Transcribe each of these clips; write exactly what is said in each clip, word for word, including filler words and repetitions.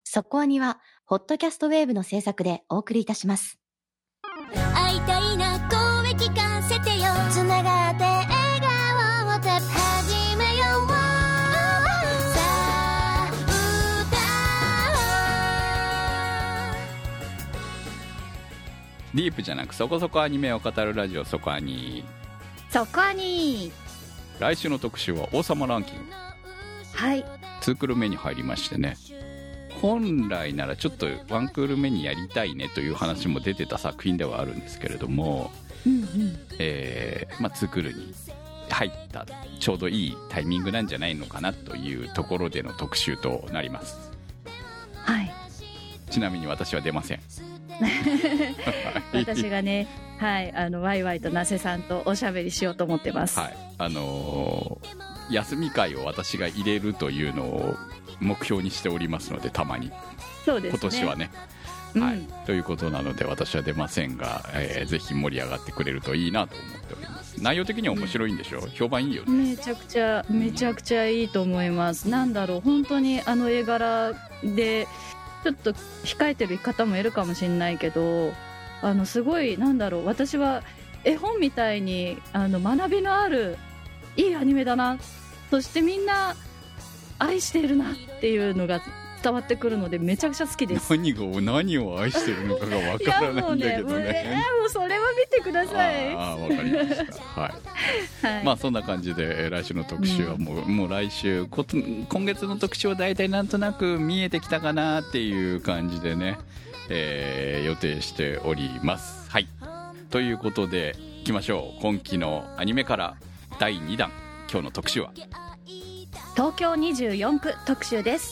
そこアニはホットキャストウェーブの制作でお送りいたします。 会いたいな、声聞かせてよ。つながって笑顔を始めよう。さあ歌おう。 ディープじゃなくそこそこアニメを語るラジオ、そこアニ。 そこアニ。 来週の特集は王様ランキング。 はい、 にクール目に入りましてね、本来ならちょっとワンクール目にやりたいねという話も出てた作品ではあるんですけれども、 うんうん、 えーまあ、にクールに入ったちょうどいいタイミングなんじゃないのかなというところでの特集となります。 はい。 ちなみに私は出ません。 私がね、はい、あのワイワイと那瀬さんとおしゃべりしようと思ってます。 はい、あのー、休み会を私が入れるというのを目標にしておりますので、たまに。 そうですね、 今年はね、 うん、 はい、ということなので私は出ませんが、えー、ぜひ盛り上がってくれるといいなと思っております。内容的には面白いんでしょ、うん、評判いいよね。 めちゃくちゃめちゃくちゃいいと思います、うん、なんだろう、本当にあの絵柄でちょっと控えてる方もいるかもしれないけど、あのすごい、なんだろう、私は絵本みたいにあの学びのあるいいアニメだな、そしてみんな愛しているなっていうのが伝わってくるので、めちゃくちゃ好きです。 何が何を愛してるのかがわからないんだけどね。いやもうね、もうね、 もうそれは見てください。 ああ、わかりました。はい、はい、まあそんな感じで来週の特集はもう、うん、もう来週こ今月の特集は大体なんとなく見えてきたかなっていう感じでね、えー、予定しております。はい、ということでいきましょう。今期のアニメからだいにだん、今日の特集は東京にじゅうよんく特集です。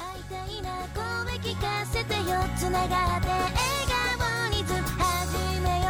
つながって笑顔にずっと始めよ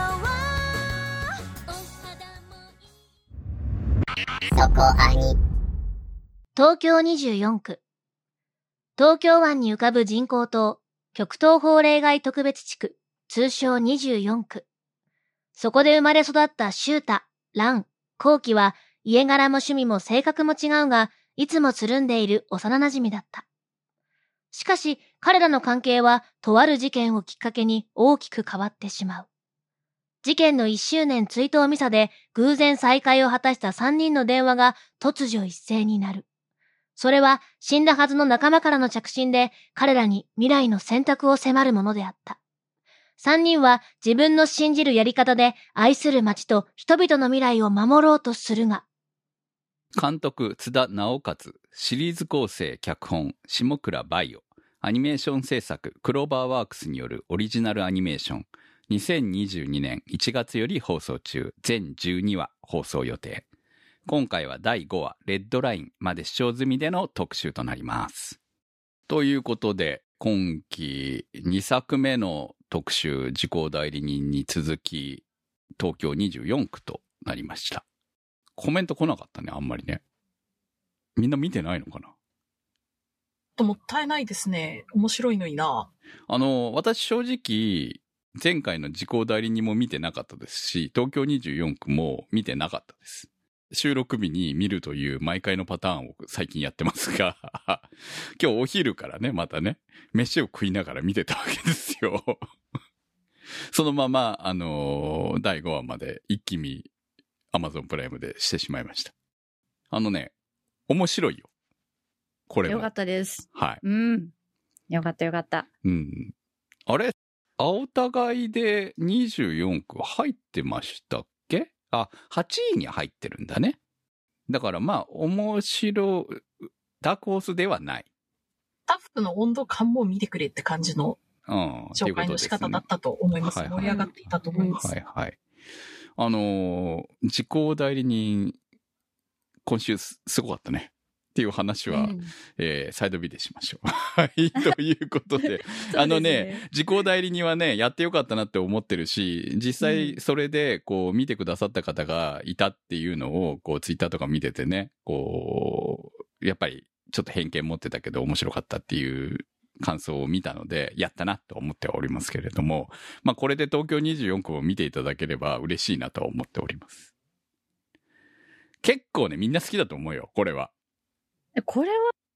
う。そこアニ。 東京にじゅうよんく。東京湾に浮かぶ人工島、極東法令外特別地区、通称にじゅうよんく。そこで生まれ育ったシュータ、ラン、コウキは家柄も趣味も性格も違うが、いつもつるんでいる幼馴染だった。しかし、彼らの関係は、とある事件をきっかけに大きく変わってしまう。事件のいっしゅうねん追悼ミサで偶然再会を果たしたさんにんの電話が突如一斉になる。それは死んだはずの仲間からの着信で、彼らに未来の選択を迫るものであった。さんにんは自分の信じるやり方で愛する街と人々の未来を守ろうとするが、 監督津田直勝、シリーズ構成脚本下倉バイオ、アニメーション制作クローバーワークスによるオリジナルアニメーション、にせんにじゅうにねんいちがつより放送中、全じゅうにわ放送予定。今回はだいごわレッドラインまで視聴済みでの特集となります。ということで今期にさくめの特集、時効代理人に続き東京にじゅうよんくとなりました。コメント来なかったね、あんまりね。みんな見てないのかな。 もったいないですね。面白いのにな。 あの、私正直、前回の時効代理人も見てなかったですし、東京にじゅうよんくも見てなかったです。収録日に見るという毎回のパターンを最近やってますが、今日お昼からね、またね、飯を食いながら見てたわけですよ。そのまま、あの、だいごわまで一気見、Amazon プライムでしてしまいました。あのね、面白いよ。これは。 よかったです。 はい。 うん。よかったよかった。 うん。あれ、青互いでにじゅうよんく入ってましたっけ？あ、はちいに入ってるんだね。だからまあ、面白、ダークホースではない。 スタッフの温度感も見てくれって感じの紹介の仕方だったと思います。盛り上がっていたと思います。 はいはい。あのー、時効代理人、今週 す, すごかったね。っていう話は、うんえー、サイド B でしましょう。はい。ということで、でね、あのね、時効代理人はね、やってよかったなって思ってるし、実際それで、こう、見てくださった方がいたっていうのを、こう、ツイッターとか見ててね、こう、やっぱり、ちょっと偏見持ってたけど面白かったっていう感想を見たので、やったなと思っておりますけれども、まあ、これで東京にじゅうよんくを見ていただければ嬉しいなと思っております。結構ね、みんな好きだと思うよ、これは。 これは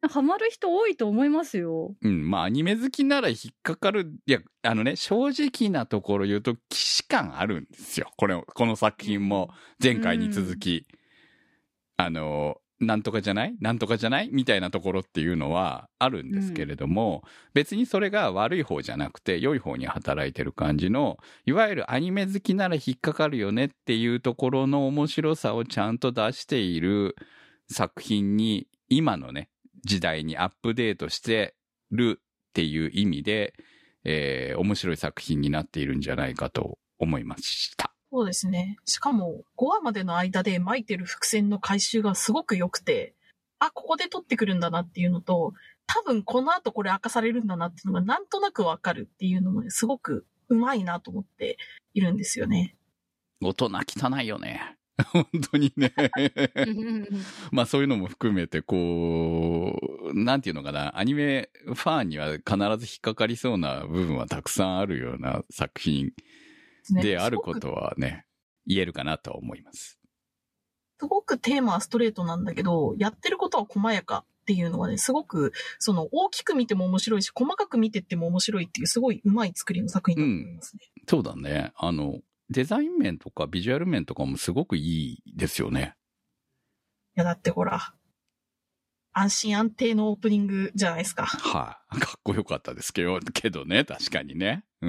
ハマる人多いと思いますよ。 うん、まあアニメ好きなら引っかかる。いや、あのね、正直なところ言うと、既視感あるんですよ。これ、この作品も前回に続き、うん、あの、なんとかじゃないなんとかじゃないみたいなところっていうのはあるんですけれども、うん、別にそれが悪い方じゃなくて、良い方に働いてる感じの、いわゆるアニメ好きなら引っかかるよねっていうところの面白さをちゃんと出している作品に、今のね、時代にアップデートしてるっていう意味で、えー、面白い作品になっているんじゃないかと思いました。 そうですね。しかもごわまでの間で巻いてる伏線の回収がすごく良くて、あ、ここで取ってくるんだなっていうのと、多分この後これ明かされるんだなっていうのがなんとなくわかるっていうのもね、すごくうまいなと思っているんですよね。 大人汚いよね。本当にね。まあそういうのも含めて、こう、なんていうのかな、アニメファンには必ず引っかかりそうな部分はたくさんあるような作品であることはね、言えるかなとは思います。 すごくテーマはストレートなんだけど、やってることは細やかっていうのはね、すごく、その大きく見ても面白いし、細かく見てっても面白いっていうすごい上手い作りの作品だと思いますね。 うん、そうだね。あの、デザイン面とかビジュアル面とかもすごくいいですよね。 いやだってほら、安心安定のオープニングじゃないですか。 はい、あ、かっこよかったですけど、けどね、確かにね。うん。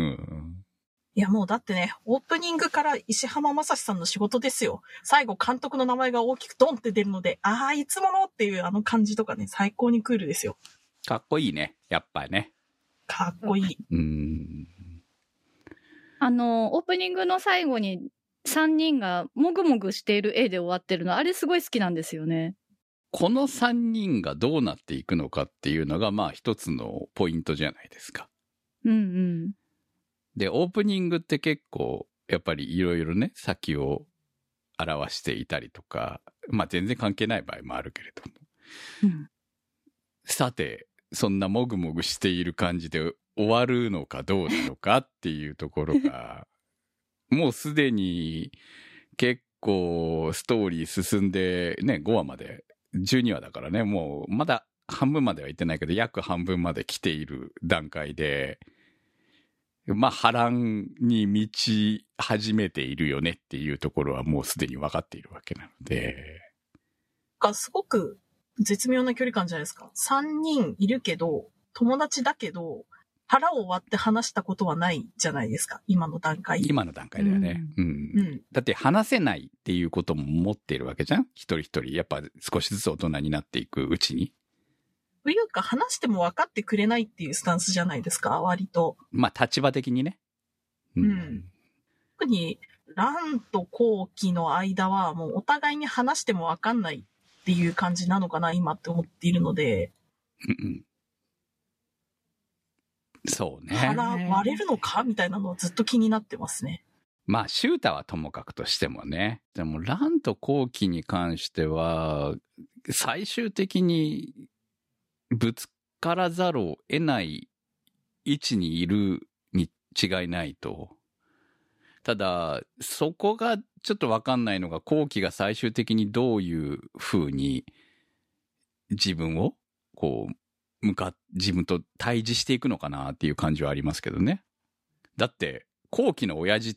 いやもうだってね、オープニングから石浜正史さんの仕事ですよ。最後監督の名前が大きくドンって出るので、ああ、いつものっていうあの感じとかね、最高にクールですよ。 かっこいいね、やっぱりね。 かっこいい。 うーん。 あの、オープニングの最後にさんにんがもぐもぐしている絵で終わってるの、あれすごい好きなんですよね。 このさんにんがどうなっていくのかっていうのが、まあ一つのポイントじゃないですか。 うんうん。 で、オープニングって結構、やっぱりいろいろね、先を表していたりとか、まあ全然関係ない場合もあるけれども。 うん、 さて、そんなもぐもぐしている感じで終わるのかどうなのかっていうところが、もうすでに結構ストーリー進んで、ね、ごわまで、じゅうにわだからね、もうまだ半分までは行ってないけど、約半分まで来ている段階で、まあ波乱に満ち始めているよねっていうところはもうすでに分かっているわけなので。 がすごく絶妙な距離感じゃないですか。さんにんいるけど、友達だけど、腹を割って話したことはないじゃないですか。今の段階。 今の段階だよね。うん。うん、だって話せないっていうことも持っているわけじゃん？一人一人。やっぱ少しずつ大人になっていくうちに。 というか話しても分かってくれないっていうスタンスじゃないですか、割と。 まあ立場的にね。 うん。うん、特に、蘭と後期の間はもうお互いに話しても分かんないっていう感じなのかな、今って思っているので。 うんうん。そうね。 腹割れるのかみたいなのはずっと気になってますね。 まあ、シュータはともかくとしてもね。でも、蘭と後期に関しては、最終的にぶつからざるを得ない位置にいるに違いないと。ただ、そこがちょっとわかんないのが、後期が最終的にどういう風に自分を、こう、向か、自分と対峙していくのかなっていう感じはありますけどね。だって、後期の親父って、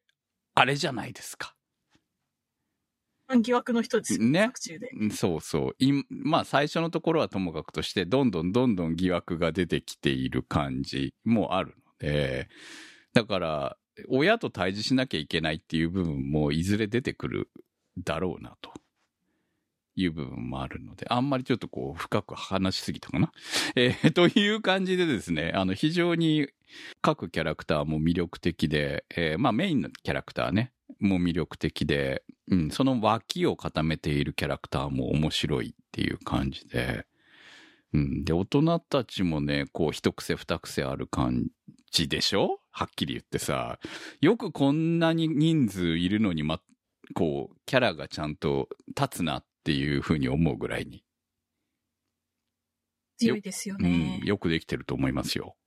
あれじゃないですか。 疑惑の人ですよね。作中で。 そうそう。いまあ最初のところはともかくとして、どんどんどんどん疑惑が出てきている感じもあるので、だから、親と対峙しなきゃいけないっていう部分もいずれ出てくるだろうなと。いう部分もあるので、あんまりちょっとこう深く話しすぎたかな、えー、という感じでですね、あの非常に各キャラクターも魅力的で、えー、まあメインのキャラクターねも魅力的で、うん、その脇を固めているキャラクターも面白いっていう感じで、うん、で大人たちもねこう一癖二癖ある感じでしょ、はっきり言ってさ、よくこんなに人数いるのにまこうキャラがちゃんと立つなっていうふうに思うぐらいに強いですよね、 うん、よくできてると思いますよ。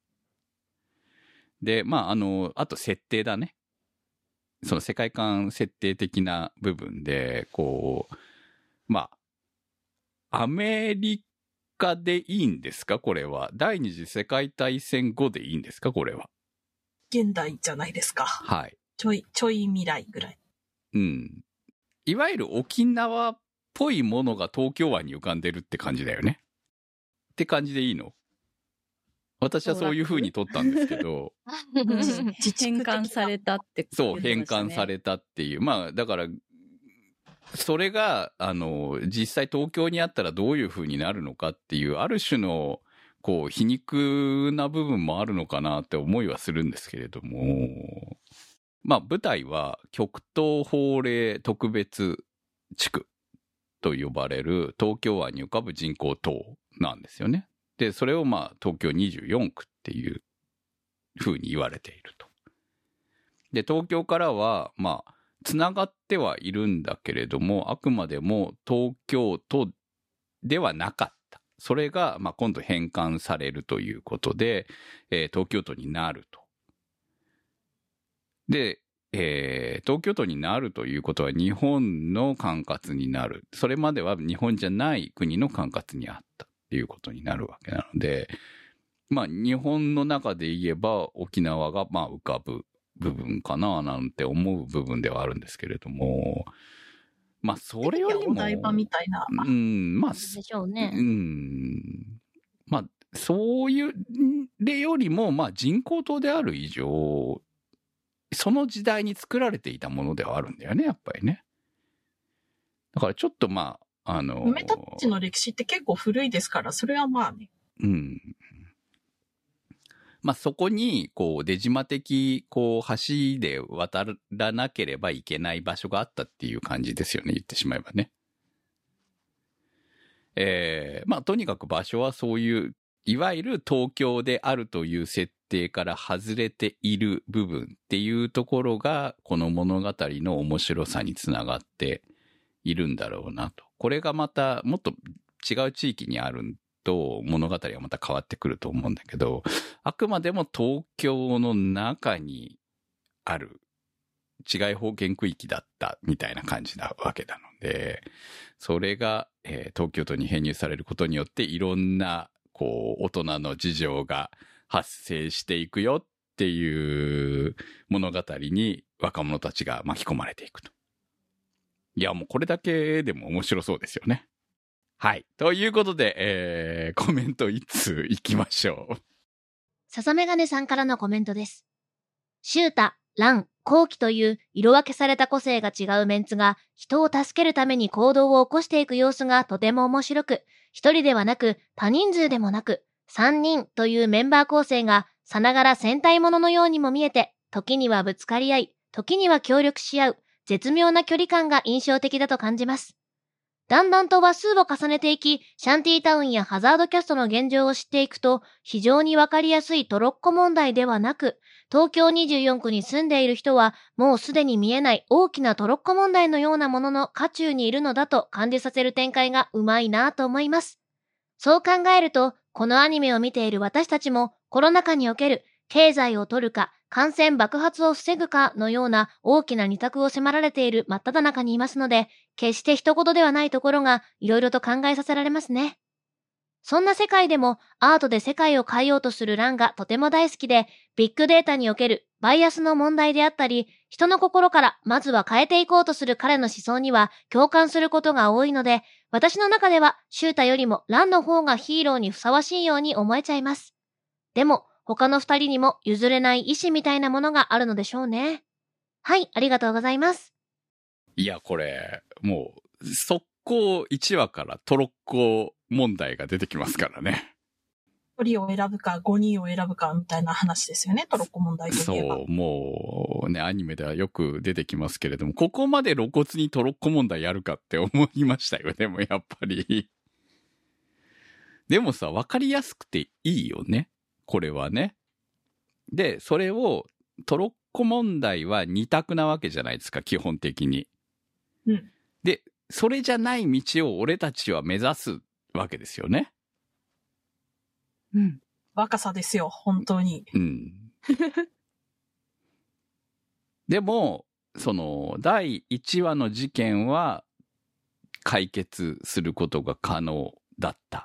でまああのあと設定だね、その世界観設定的な部分でこうまあアメリ下でいいんですかこれは。第二次世界大戦後でいいんですかこれは。 現代じゃないですか。 はい。 ちょい、ちょい未来ぐらい。 うん。いわゆる沖縄っぽいものが東京湾に浮かんでるって感じだよね。って感じでいいの？私はそういう風に取ったんですけど。 変換されたってことそう、変換されたっていう。まあ、だから、それが、あの、実際東京にあったらどういう風になるのかっていう、ある種の、こう、皮肉な部分もあるのかなって思いはするんですけれども、まあ、舞台は極東法令特別地区と呼ばれる東京湾に浮かぶ人工島なんですよね。で、それをまあ、東京にじゅうよんくっていう風に言われていると。で、東京からは、まあ、つながってはいるんだけれども、あくまでも東京都ではなかった。それが、まあ、今度返還されるということで、えー、東京都になると。で、えー、東京都になるということは日本の管轄になる。それまでは日本じゃない国の管轄にあったっていうことになるわけなので、まあ、日本の中で言えば沖縄がまあ浮かぶ部分かななんて思う部分ではあるんですけれども、まあそれよりもお台場みたいな、 うん、まあでしょうね。 うん、まあそういう例よりもまあ人工島である以上、その時代に作られていたものではあるんだよね、やっぱりね。だからちょっとまああの埋め立て地の歴史って結構古いですから、それはまあね。 うん。まあ、そこに、こう、出島的、こう、橋で渡らなければいけない場所があったっていう感じですよね、言ってしまえばね。えー、まあ、とにかく場所はそういう、いわゆる東京であるという設定から外れている部分っていうところが、この物語の面白さにつながっているんだろうなと。これがまた、もっと違う地域にあるんと物語はまた変わってくると思うんだけど、あくまでも東京の中にある治外法権区域だったみたいな感じなわけなので、それが、えー、東京都に編入されることによっていろんなこう大人の事情が発生していくよっていう物語に若者たちが巻き込まれていくと。いや、もうこれだけでも面白そうですよね。はい。ということで、えー、コメント一通いきましょう。 笹メガネさんからのコメントです。シュータ、ラン、コウキという色分けされた個性が違うメンツが人を助けるために行動を起こしていく様子がとても面白く、一人ではなく多人数でもなく三人というメンバー構成がさながら戦隊もののようにも見えて、時にはぶつかり合い、時には協力し合う絶妙な距離感が印象的だと感じます。だんだんと話数を重ねていき、シャンティータウンやハザードキャストの現状を知っていくと、非常にわかりやすいトロッコ問題ではなく、東京にじゅうよんくに住んでいる人は、もうすでに見えない大きなトロッコ問題のようなものの渦中にいるのだと感じさせる展開がうまいなぁと思います。そう考えると、このアニメを見ている私たちも、コロナ禍における経済を取るか、感染爆発を防ぐかのような大きな二択を迫られている真っ只中にいますので、決して一言ではないところがいろいろと考えさせられますね。そんな世界でもアートで世界を変えようとするランがとても大好きで、ビッグデータにおけるバイアスの問題であったり、人の心からまずは変えていこうとする彼の思想には共感することが多いので、私の中ではシュータよりもランの方がヒーローにふさわしいように思えちゃいます。でも、他の二人にも譲れない意志みたいなものがあるのでしょうね。はい、ありがとうございます。 いや、これ、もう、速攻いちわからトロッコ問題が出てきますからね。 ひとりを選ぶかごにんを選ぶかみたいな話ですよね、トロッコ問題といえば。 そう、もうね、アニメではよく出てきますけれども、ここまで露骨にトロッコ問題やるかって思いましたよ、でもやっぱり。でもさ、わかりやすくていいよね。これはね。で、それを、トロッコ問題は二択なわけじゃないですか、基本的に。 うん。 で、それじゃない道を俺たちは目指すわけですよね。 うん。 若さですよ、本当に。 うん。でも、その、だいいちわの事件は解決することが可能だった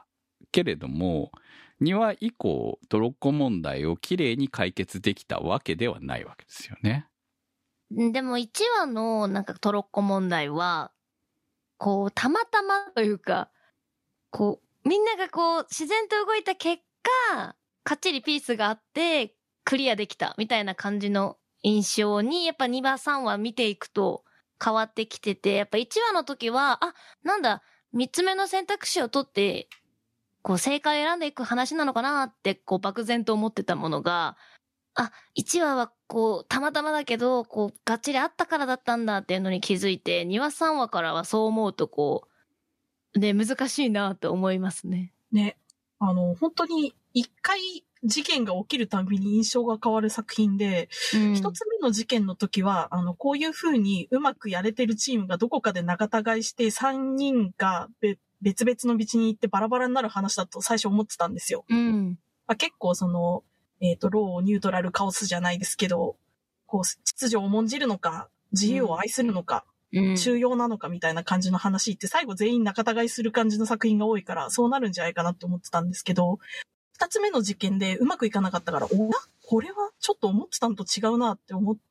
けれども、にわ以降トロッコ問題をきれいに解決できたわけではないわけですよね。 でもいちわのなんかトロッコ問題は、こう、たまたまというか、こう、みんながこう、自然と動いた結果、かっちりピースがあって、クリアできたみたいな感じの印象に、やっぱにわさんわ見ていくと変わってきてて、やっぱいちわの時は、あ、なんだ、みっつめの選択肢を取って、こう正解を選んでいく話なのかなって、こう漠然と思ってたものが、あ、いちわはこう、たまたまだけど、こう、がっちりあったからだったんだっていうのに気づいて、にわさんわからはそう思うとこう、ね、難しいなと思いますね。 ね。あの、本当に一回事件が起きるたびに印象が変わる作品で、一、うん、つ目の事件の時は、あの、こういう風にうまくやれてるチームがどこかで仲違いしてさんにんが別々の道に行ってバラバラになる話だと最初思ってたんですよ。 うん。 まあ、結構その、えっと、ロー、ニュートラル、カオスじゃないですけど、こう、秩序を重んじるのか、自由を愛するのか、うん、中庸なのかみたいな感じの話って最後全員仲違いする感じの作品が多いからそうなるんじゃないかなって思ってたんですけど、二つ目の事件でうまくいかなかったから、おやこれはちょっと思ってたのと違うなって思って、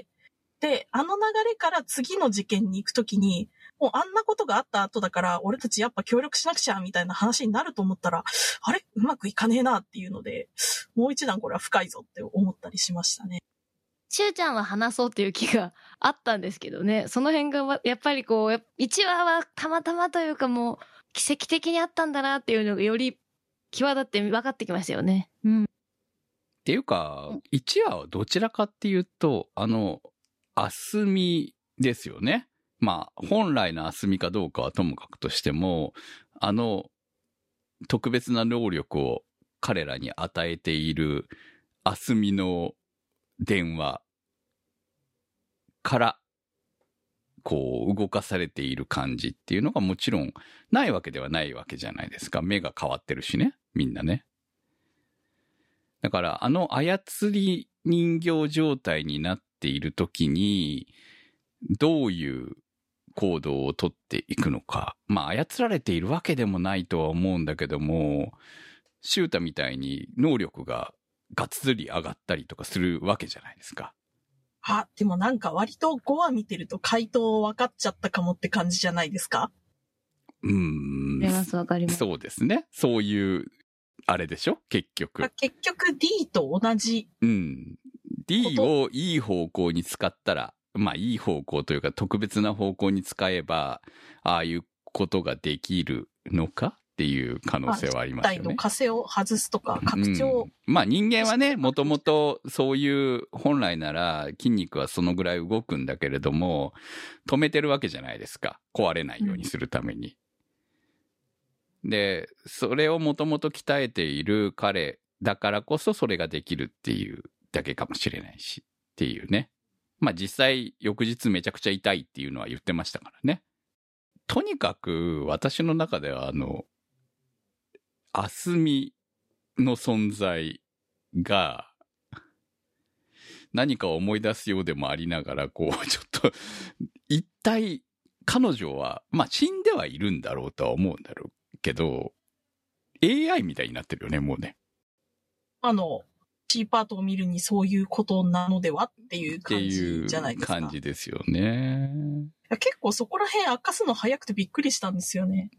で、あの流れから次の事件に行くときに、もうあんなことがあった後だから俺たちやっぱ協力しなくちゃみたいな話になると思ったら、あれうまくいかねえなっていうので、もう一段これは深いぞって思ったりしましたね。 しゅうちゃんは話そうっていう気があったんですけどね、その辺がやっぱりこう、いちわはたまたまというかもう奇跡的にあったんだなっていうのがより際立って分かってきましたよね。うん。 っていうか、いちわはどちらかっていうと、あの、あすみですよね。まあ、本来のあすみかどうかはともかくとしても、あの、特別な能力を彼らに与えているあすみの電話からこう動かされている感じっていうのがもちろんないわけではないわけじゃないですか。目が変わってるしね、みんなね。だからあの操り人形状態になっている時にどういう行動をとっていくのか。まあ操られているわけでもないとは思うんだけども、シュータみたいに能力ががっつり上がったりとかするわけじゃないですか。 あ、でもなんか割とごわ見てると回答分かっちゃったかもって感じじゃないですか？ うーん。 わかります、わかります。 そうですね。そういう、あれでしょ結局。 結局 D と同じ。 うん。D をいい方向に使ったら、まあいい方向というか特別な方向に使えば、ああいうことができるのかっていう可能性はありますよね。 体の枷を外すとか拡張、 うん、まあ人間はね、もともとそういう本来なら筋肉はそのぐらい動くんだけれども止めてるわけじゃないですか、壊れないようにするために、うん、でそれをもともと鍛えている彼だからこそそれができるっていうだけかもしれないしっていうね。まあ実際翌日めちゃくちゃ痛いっていうのは言ってましたからね。とにかく私の中ではあのあすみの存在が何かを思い出すようでもありながら、こうちょっと一体彼女はまあ死んではいるんだろうとは思うんだろうけど エーアイ みたいになってるよね、もうね。 あの C パートを見るにそういうことなのではっていう感じじゃないですか。 っていう感じですよね。 結構そこら辺明かすの早くてびっくりしたんですよね。 うん。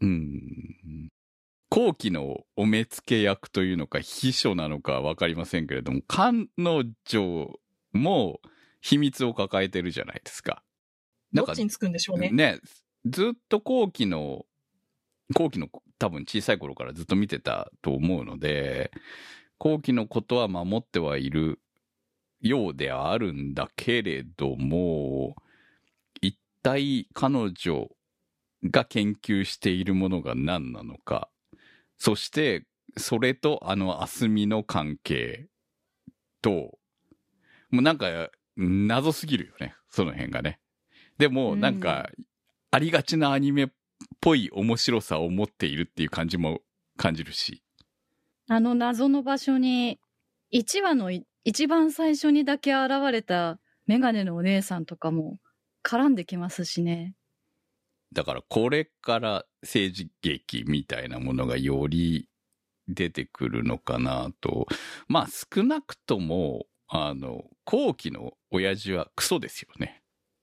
後期のお目付け役というのか秘書なのか分かりませんけれども、彼女も秘密を抱えてるじゃないですか。 どっちにつくんでしょうね。 ね、ずっと後期の後期の多分小さい頃からずっと見てたと思うので、後期のことは守ってはいるようではあるんだけれども、一体彼女が研究しているものが何なのか、そしてそれとあのあすみの関係と、もうなんか謎すぎるよね、その辺がね。でもなんかありがちなアニメっぽい面白さを持っているっていう感じも感じるし、 あの謎の場所にいちわの一番最初にだけ現れたメガネのお姉さんとかも絡んできますしね。 だからこれから政治劇みたいなものがより出てくるのかなと。まあ少なくとも、あの、後期の親父はクソですよね。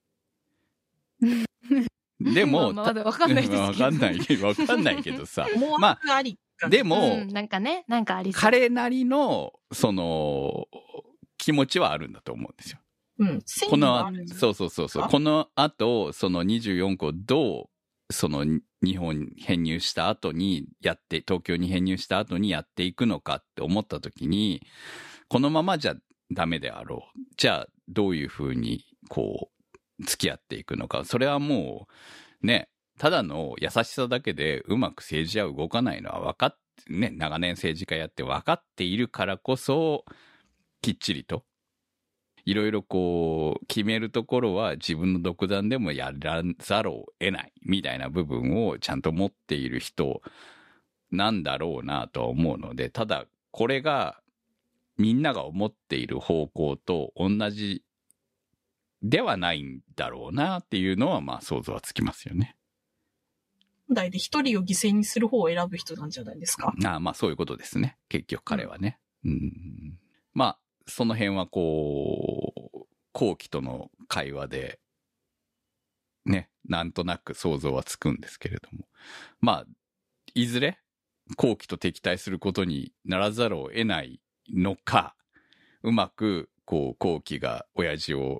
でも、 まあまだわかんないですけど。 わかんない、わかんないけどさ。 思ま惑ありかあ、 な。 でも、 うん、なんかね、なんかありそう。 彼なりの、その、気持ちはあるんだと思うんですよ。 うん。繊このあ維はあるん、 そうそうそうそう。 あこの後、そのにじゅうよんこどう、その日本編入した後にやって、東京に編入した後にやっていくのかって思った時に、このままじゃダメであろう。じゃあ、どういうふうに、こう、付き合っていくのか。それはもう、ね、ただの優しさだけでうまく政治は動かないのは分かって、ね、長年政治家やって分かっているからこそ、きっちりと、いろいろこう、決めるところは自分の独断でもやらざるを得ないみたいな部分をちゃんと持っている人なんだろうなとは思うので、ただこれがみんなが思っている方向と同じではないんだろうなっていうのはまあ想像はつきますよね。 問題で一人を犠牲にする方を選ぶ人なんじゃないですか。 ああまあそういうことですね。結局彼はね。うん、うんまあその辺はこう、後期との会話で、ね、なんとなく想像はつくんですけれども。まあ、いずれ、後期と敵対することにならざるを得ないのか、うまく、こう、後期が親父を、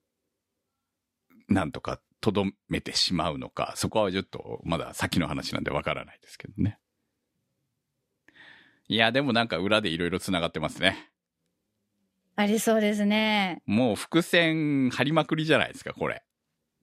なんとかとどめてしまうのか、そこはちょっと、まだ先の話なんでわからないですけどね。いや、でもなんか裏でいろいろ繋がってますね。 ありそうですね。 もう伏線張りまくりじゃないですか、これ。 うん。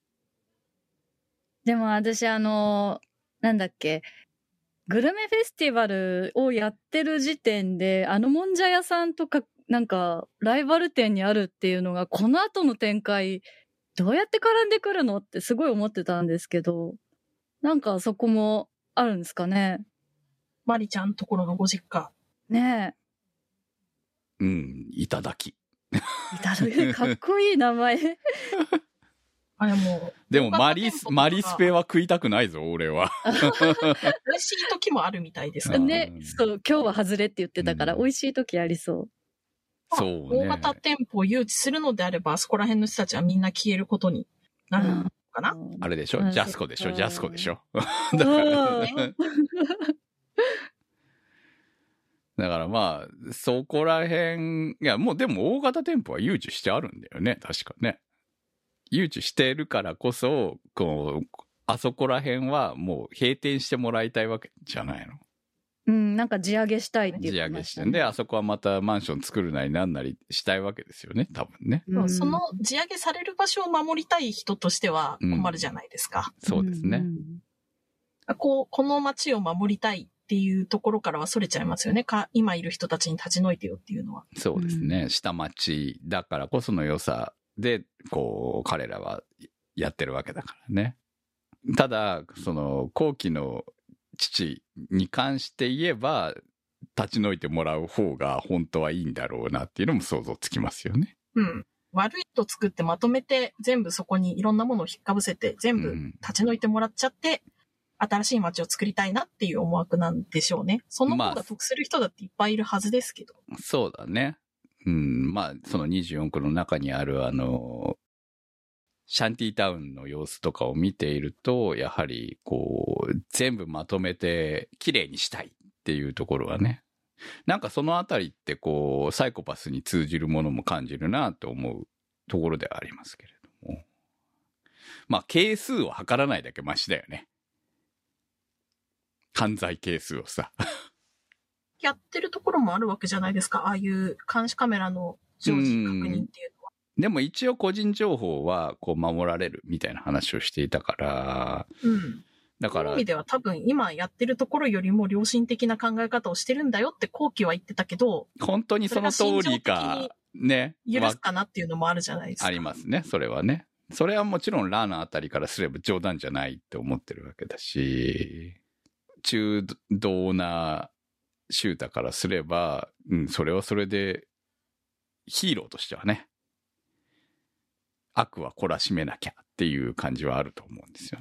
でも私あの、なんだっけ、グルメフェスティバルをやってる時点で、あのもんじゃ屋さんとか、なんか、ライバル店にあるっていうのが、この後の展開、どうやって絡んでくるのってすごい思ってたんですけど、なんかそこもあるんですかね。 マリちゃんところのご実家。 ねうん、いただき。 え。いただけかっこいい名前。 あれもう。 でもマリス、マリスペは食いたくないぞ、俺は。 美味しい時もあるみたいですからね。 ね、そう、今日は外れって言ってたから、 うん美味しい時ありそう。 そうね。 大型店舗を誘致するのであれば、あそこら辺の人たちはみんな消えることになるのかな。 あれでしょ、 うんジャスコでしょジャスコでしょだうから、 んだからまあ、そこら辺、いや、もうでも大型店舗は誘致してあるんだよね、確かね。誘致してるからこそ、こう、あそこら辺はもう閉店してもらいたいわけじゃないの。 うん、なんか地上げしたいって言地上ってました、 げしてんで、あそこはまたマンション作るなりなんなりしたいわけですよね、多分ね。 うんその地上げされる場所を守りたい人としては困るじゃないですか。 そうですね。 こう、この街を守りたいっていうところからはそれちゃいますよね。か今いる人たちに立ち退いてよっていうのは。 そうですね。下町だからこその良さで、こう、彼らはやってるわけだからね。ただ、その、後期の父に関して言えば、立ち退いてもらう方が本当はいいんだろうなっていうのも想像つきますよね。 うん。悪いと作ってまとめて全部そこにいろんなものを引っかぶせて全部うん立ち退いてもらっちゃって、新しい街を作りたいなっていう思惑なんでしょうね。その方が得する人だっていっぱいいるはずですけど。 そうだね。うん。まあ、そのにじゅうよんこの中にあるあの、シャンティタウンの様子とかを見ていると、やはり、こう、全部まとめて綺麗にしたいっていうところがね。なんかそのあたりってこう、サイコパスに通じるものも感じるなと思うところではありますけれども。まあ、係数を測らないだけマシだよね。犯罪係数をさ。 やってるところもあるわけじゃないですか。ああいう監視カメラの常時確認っていうのは。 でも一応個人情報はこう守られるみたいな話をしていたから、 うん。 だからそういう意味、では多分今やってるところよりも良心的な考え方をしてるんだよって後期は言ってたけど、 本当にその通りか、ね。 許すかなっていうのもあるじゃないですか。 ありますね、それはね。それはもちろんラーのあたりからすれば冗談じゃないって思ってるわけだし、中道なシュータからすれば、うん、それはそれでヒーローとしてはね、悪は懲らしめなきゃっていう感じはあると思うんですよね。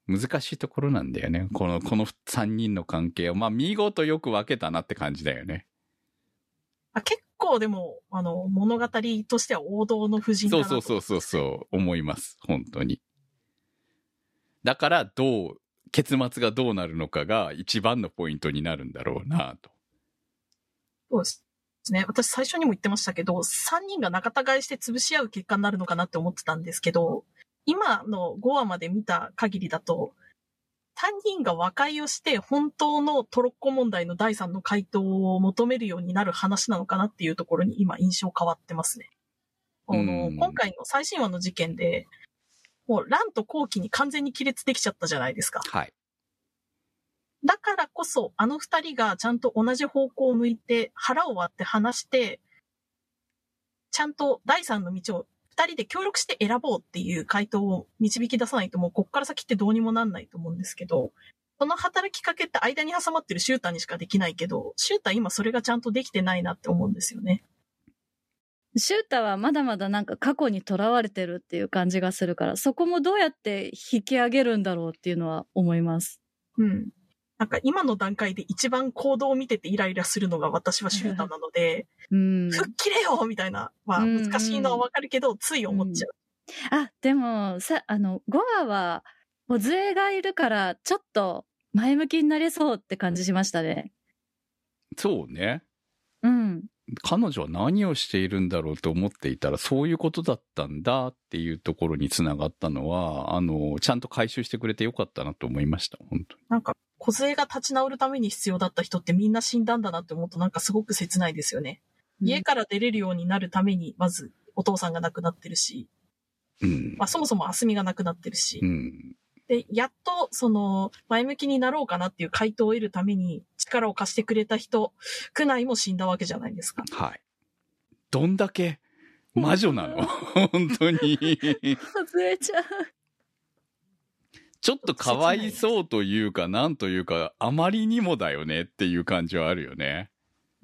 難しいところなんだよね。この、このさんにんの関係を。まあ、見事よく分けたなって感じだよね。 あ、結構でも、あの、物語としては王道の夫人だそうなと。 そうそうそうそう、思います。本当に。だから、どう、結末がどうなるのかが一番のポイントになるんだろうなと。 そうですね。私最初にも言ってましたけど、さんにんが仲違いして潰し合う結果になるのかなって思ってたんですけど、今のごわまで見た限りだと、さんにんが和解をして本当のトロッコ問題のだいさんの回答を求めるようになる話なのかなっていうところに今印象変わってますね。あの、 うん今回の最新話の事件で、もう蘭と後期に完全に亀裂できちゃったじゃないですか。 はい。 だからこそ、あの二人がちゃんと同じ方向を向いて、腹を割って話して、ちゃんとだいさんの道を二人で協力して選ぼうっていう回答を導き出さないと、もうこっから先ってどうにもなんないと思うんですけど、その働きかけって間に挟まってるシューターにしかできないけど、シューター今それがちゃんとできてないなって思うんですよね。 シュータはまだまだなんか過去にとらわれてるっていう感じがするから、そこもどうやって引き上げるんだろうっていうのは思います。 うん。なんか今の段階で一番行動を見ててイライラするのが私はシューターなので、 うん。 吹っ切れよみたいな、まあ難しいのはわかるけど、つい思っちゃう。 あ、でも、さ、あの、ごわは、小杖がいるから、ちょっと前向きになれそうって感じしましたね。 そうね。 うん。 彼女は何をしているんだろうと思っていたら、そういうことだったんだっていうところにつながったのは、あの、ちゃんと回収してくれてよかったなと思いました、本当に。 なんか、小杖が立ち直るために必要だった人ってみんな死んだんだなって思うとなんかすごく切ないですよね。 うん、 家から出れるようになるために、まずお父さんが亡くなってるし、 うん。 まあそもそもあすみが亡くなってるし、 うん。 で、やっとその前向きになろうかなっていう回答を得るために力を貸してくれた人、クナイも死んだわけじゃないですか。 はい。どんだけ魔女なの本当に。 外れちゃう。 ちょっとかわいそうというか、なんというか、あまりにもだよねっていう感じはあるよね。 うん、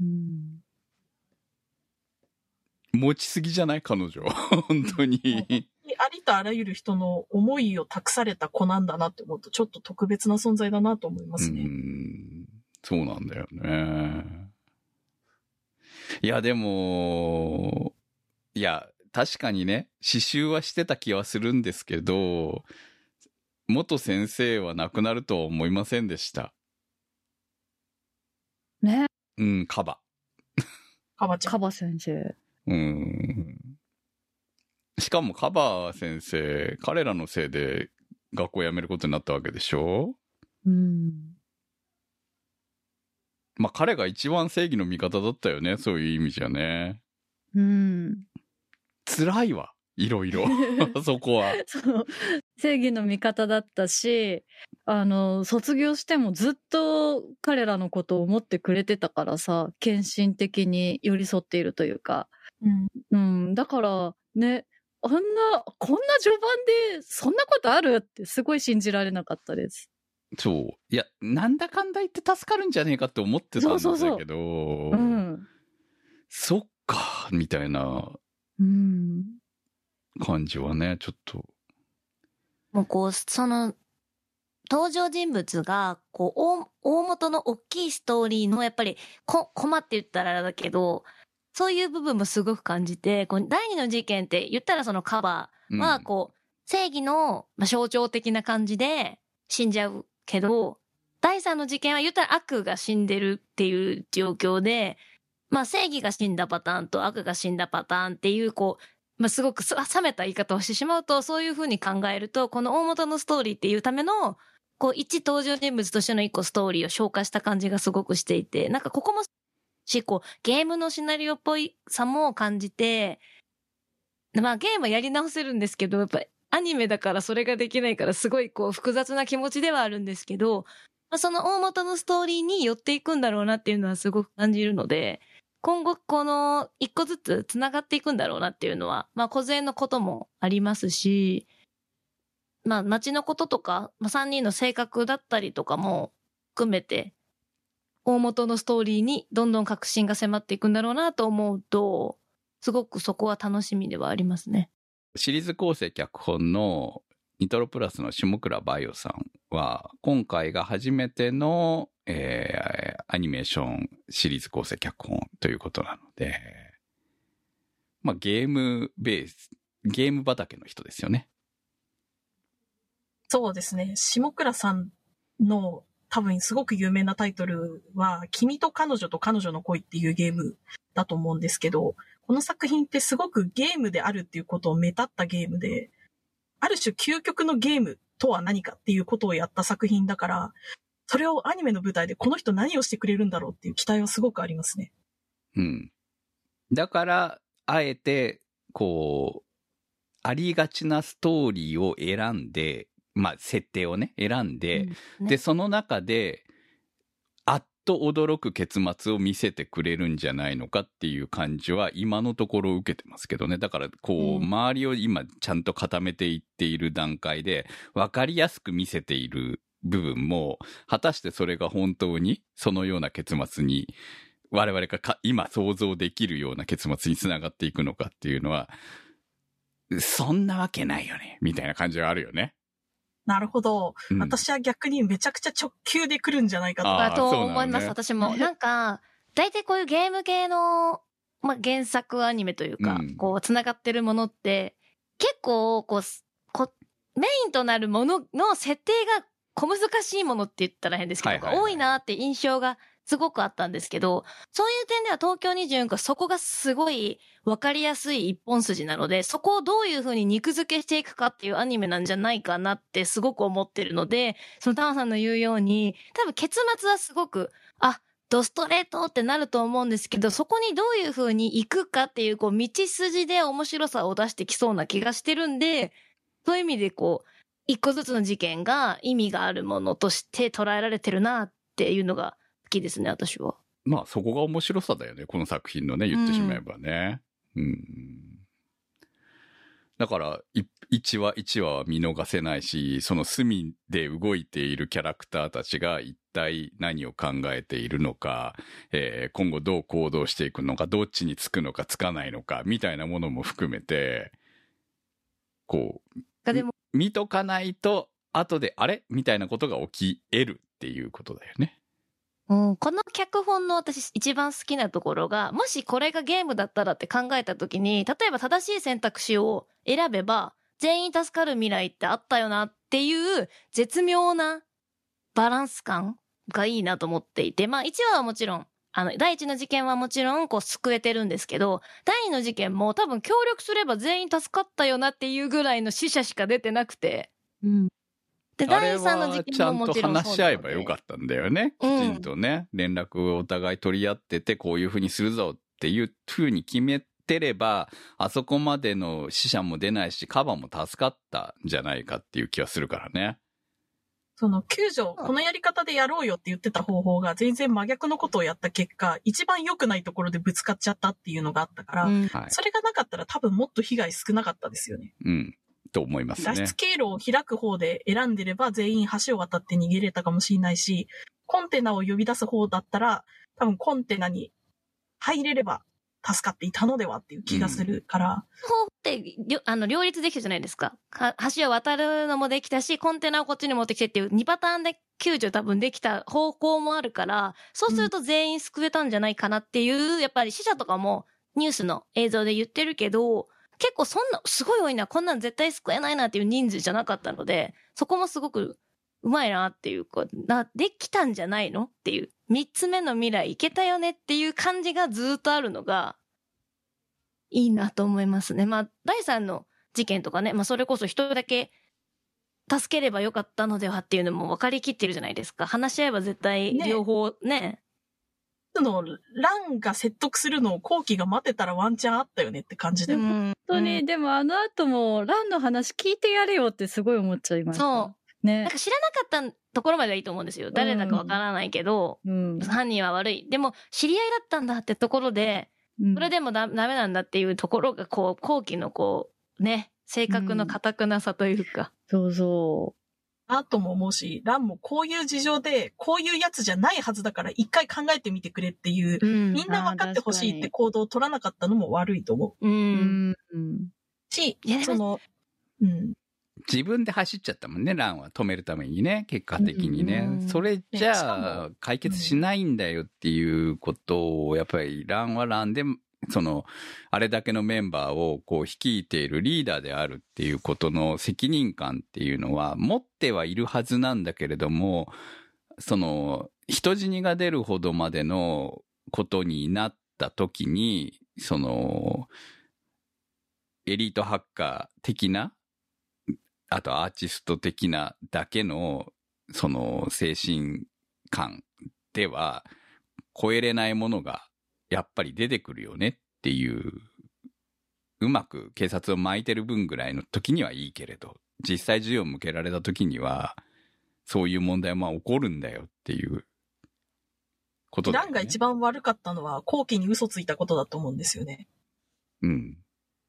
持ちすぎじゃない彼女。本当に。 ありとあらゆる人の思いを託された子なんだなって思うと、ちょっと特別な存在だなと思いますね。 うん。そうなんだよね。いや、でも、いや、確かにね、刺繍はしてた気はするんですけど、元先生は亡くなるとは思いませんでした。 ね。 うん、カバ。 カバちゃん。 カバ先生。 うん。しかもカバ先生、彼らのせいで学校辞めることになったわけでしょ？ うん。 まあ彼が一番正義の味方だったよね、そういう意味じゃね。 うん。 辛いわ、いろいろ。そこは。 そう。正義の味方だったし、あの、卒業してもずっと彼らのことを思ってくれてたからさ、献身的に寄り添っているというか。 うん。 うん。だから、ね、あんな、こんな序盤でそんなことあるってすごい信じられなかったです。 そう。いや、なんだかんだ言って助かるんじゃねえかって思ってたんだけど、 そうそうそううん。 そっか、みたいなうん感じはね、ちょっと。 もうこう、その、登場人物が、こう、大、大元の大きいストーリーの、やっぱり、こ、コマって言ったらあれだけど、そういう部分もすごく感じて、こう、第二の事件って言ったらそのカバーは、こう、正義のまあ象徴的な感じで死んじゃうけど、第三の事件は言ったら悪が死んでるっていう状況で、まあ正義が死んだパターンと悪が死んだパターンっていう、こう、まあすごく冷めた言い方をしてしまうと、そういうふうに考えると、この大元のストーリーっていうための、こう、一登場人物としての一個ストーリーを消化した感じがすごくしていて、なんかここもし、こう、ゲームのシナリオっぽいさも感じて、まあゲームはやり直せるんですけど、やっぱりアニメだからそれができないからすごいこう複雑な気持ちではあるんですけど、まあ、その大元のストーリーに寄っていくんだろうなっていうのはすごく感じるので、今後この一個ずつ繋がっていくんだろうなっていうのは、まあ小杖のこともありますし、まあ街のこととか、まあ、さんにんの性格だったりとかも含めて、大元のストーリーにどんどん確信が迫っていくんだろうなと思うと、すごくそこは楽しみではありますね。 シリーズ構成脚本のニトロプラスの下倉バイオさんは、今回が初めての、えー、アニメーションシリーズ構成脚本ということなので、まあゲームベース、ゲーム畑の人ですよね。 そうですね。下倉さんの多分すごく有名なタイトルは、君と彼女と彼女の恋っていうゲームだと思うんですけど、この作品ってすごくゲームであるっていうことを目立ったゲームで、ある種究極のゲームとは何かっていうことをやった作品だから、それをアニメの舞台でこの人何をしてくれるんだろうっていう期待はすごくありますね。 うん。だから、あえて、こう、ありがちなストーリーを選んで、まあ、設定をね、選んで、 うんね、 で、その中で、あっと驚く結末を見せてくれるんじゃないのかっていう感じは、今のところ受けてますけどね。だから、こう、 うん、 周りを今、ちゃんと固めていっている段階で、わかりやすく見せている部分も、果たしてそれが本当に、そのような結末に、我々がか今想像できるような結末につながっていくのかっていうのは、そんなわけないよね、みたいな感じがあるよね。 なるほど、 うん、 私は逆にめちゃくちゃ直球で来るんじゃないかと。 あと思います、 ね、 私も。なんか、大体こういうゲーム系の、まあ、原作アニメというか、うん、こう、繋がってるものって、結構、こう、こメインとなるものの設定が小難しいものって言ったら変ですけど、はいはいはい、多いなって印象がすごくあったんですけど、そういう点では東京にじゅうよん区はそこがすごい分かりやすい一本筋なので、そこをどういう風に肉付けしていくかっていうアニメなんじゃないかなってすごく思ってるので、そのタマさんの言うように、多分結末はすごく、あ、ドストレートってなると思うんですけど、そこにどういう風に行くかっていう、こう、道筋で面白さを出してきそうな気がしてるんで、そういう意味でこう、一個ずつの事件が意味があるものとして捉えられてるなっていうのが好きですね、私は。 まあそこが面白さだよね、この作品のね、言ってしまえばね。うん。うん、だから、いちわいちわは見逃せないし、その隅で動いているキャラクターたちが一体何を考えているのか、えー、今後どう行動していくのか、どっちにつくのかつかないのか、みたいなものも含めて、こう、でも見とかないと、後で、あれみたいなことが起き得るっていうことだよね。 うん、この脚本の私一番好きなところが、もしこれがゲームだったらって考えたときに、例えば正しい選択肢を選べば、全員助かる未来ってあったよなっていう絶妙なバランス感がいいなと思っていて、まあいちわはもちろん、あの、第一の事件はもちろんこう救えてるんですけど、第二の事件も多分協力すれば全員助かったよなっていうぐらいの死者しか出てなくて。うん。 で、第三の事件ももちろんそうなので。ちゃんと話し合えばよかったんだよね。きちんとね、うん、連絡をお互い取り合ってて、こういう風にするぞっていう風に決めてれば、あそこまでの死者も出ないし、カバも助かったんじゃないかっていう気はするからね。 その救助、このやり方でやろうよって言ってた方法が全然真逆のことをやった結果、一番良くないところでぶつかっちゃったっていうのがあったから、うん、それがなかったら多分もっと被害少なかったですよね。 うん。と思いますね。 脱出経路を開く方で選んでれば全員橋を渡って逃げれたかもしれないし、コンテナを呼び出す方だったら、多分コンテナに入れれば助かっていたのではっていう気がするから。 方、うん、ってあの両立できたじゃないですか。橋を渡るのもできたし、コンテナをこっちに持ってきてっていうにパターンで救助多分できた方向もあるから、そうすると全員救えたんじゃないかなっていう、うん、やっぱり死者とかもニュースの映像で言ってるけど、結構そんな、すごい多いな、こんなん絶対救えないなっていう人数じゃなかったので、そこもすごくうまいなっていうか、な、できたんじゃないのっていう、三つ目の未来いけたよねっていう感じがずっとあるのが、いいなと思いますね。まあ、だいさんの事件とかね、まあそれこそ一人だけ助ければよかったのではっていうのも分かりきってるじゃないですか。話し合えば絶対両方ね。ねのランが説得するのを後期が待てたらワンチャンあったよねって感じで、うん、 本当に、うん、でもあの後もランの話聞いてやれよってすごい思っちゃいました。 そうね。なんか知らなかったところまではいいと思うんですよ。誰だかわからないけど、うん、犯人は悪い。でも知り合いだったんだってところで、うん、それでもダメなんだっていうところがこう後期のこうね性格の堅くなさというか、 うん、そうそう。 なとも思うし、ランもこういう事情で、こういうやつじゃないはずだから一回考えてみてくれっていう、うん、みんな分かってほしいって行動を取らなかったのも悪いと思う。うん。し、その、うん。 自分で走っちゃったもんね、ランは止めるためにね、結果的にね。 うんそれじねしかゃあも解決しないんだよっていうことを、やっぱりランはランで、その、あれだけのメンバーをこう率いているリーダーであるっていうことの責任感っていうのは持ってはいるはずなんだけれども、その、人死にが出るほどまでのことになった時に、その、エリートハッカー的な、あとアーティスト的なだけの、その精神感では超えれないものがやっぱり出てくるよねっていう、うまく警察を巻いてる分ぐらいの時にはいいけれど、実際銃を向けられた時には、そういう問題も起こるんだよっていうことだよね。 ランが一番悪かったのは、後期に嘘ついたことだと思うんですよね。 うん。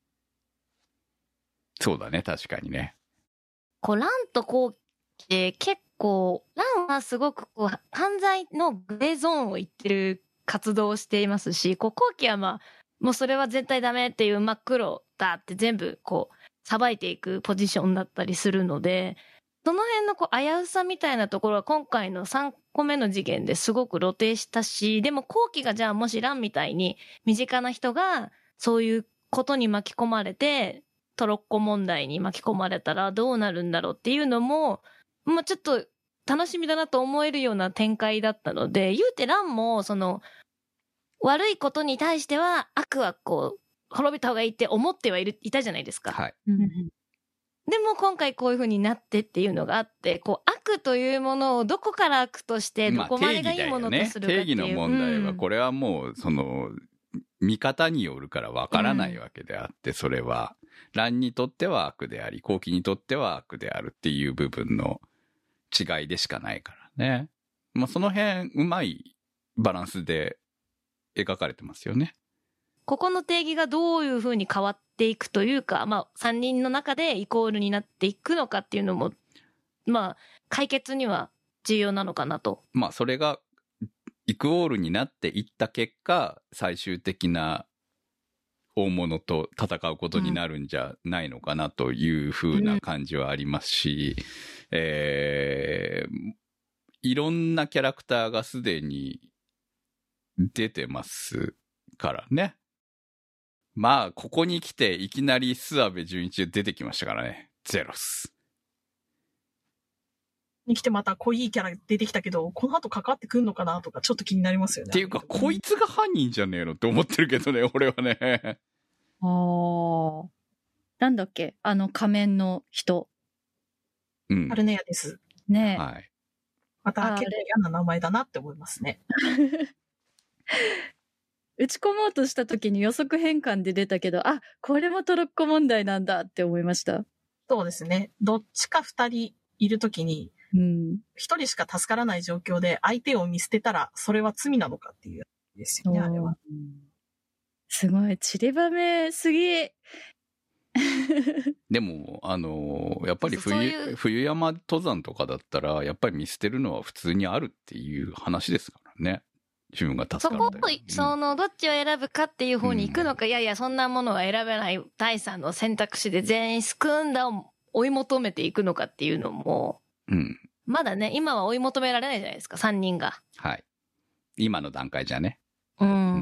そうだね、確かにね。 こう、ランとコウキって結構、ランはすごくこう、犯罪のグレーゾーンを言ってる活動をしていますし、こう、コウキはまあ、もうそれは絶対ダメっていう真っ黒だって全部こう、さばいていくポジションだったりするので、その辺のこう危うさみたいなところは今回のさんこめの事件ですごく露呈したし、でも後期がじゃあもしランみたいに身近な人がそういうことに巻き込まれて、トロッコ問題に巻き込まれたらどうなるんだろうっていうのも、まあちょっと楽しみだなと思えるような展開だったので、言うてランもその悪いことに対しては悪はこう滅びた方がいいって思ってはいるいたじゃないですか。 はい。 でも今回こういう風になってっていうのがあって、こう悪というものをどこから悪としてどこまでがいいものとするかっていう。 まあ定義だよね。定義の問題は、 うんこれはもう、その、見方によるからわからないわけであって、それは、ランにとっては悪であり、後期にとっては悪であるっていう部分の違いでしかないからね。まあその辺、うまいバランスで描かれてますよね。 ここの定義がどういう風に変わっていくというか、まあさんにんの中でイコールになっていくのかっていうのも、まあ解決には重要なのかなと。 まあそれがイクオールになっていった結果、最終的な大物と戦うことになるんじゃないのかなという風な感じはありますし、うん、えー、いろんなキャラクターがすでに出てますからね。まあ、ここに来ていきなり諏訪部純一出てきましたからね。ゼロス。 に来てまた濃いキャラ出てきたけど、この後関わってくんのかなとかちょっと気になりますよね。 っていうか、こいつが犯人じゃねえのって思ってるけどね、俺はね。 ああ。なんだっけあの仮面の人。 うん。 アルネアです。 ねえ。 はい。 また結構嫌な名前だなって思いますね。 打ち込もうとした時に予測変換で出たけど、あ、これもトロッコ問題なんだって思いました。 そうですね。どっちか二人いる時に、 うん、 一人しか助からない状況で相手を見捨てたら、それは罪なのかっていうですよね、あれは。 すごい、散りばめすぎ。 でも、あのー、やっぱり冬、 そういう冬山登山とかだったら、やっぱり見捨てるのは普通にあるっていう話ですからね。自分が助そかるんだよ。 こを、その、どっちを選ぶかっていう方に行くのか、うん、いやいや、そんなものは選べない第三の選択肢で全員救うんだを追い求めていくのかっていうのも、 うん。 まだね、今は追い求められないじゃないですか、さんにんが。 はい。今の段階じゃね。 うん。 うん、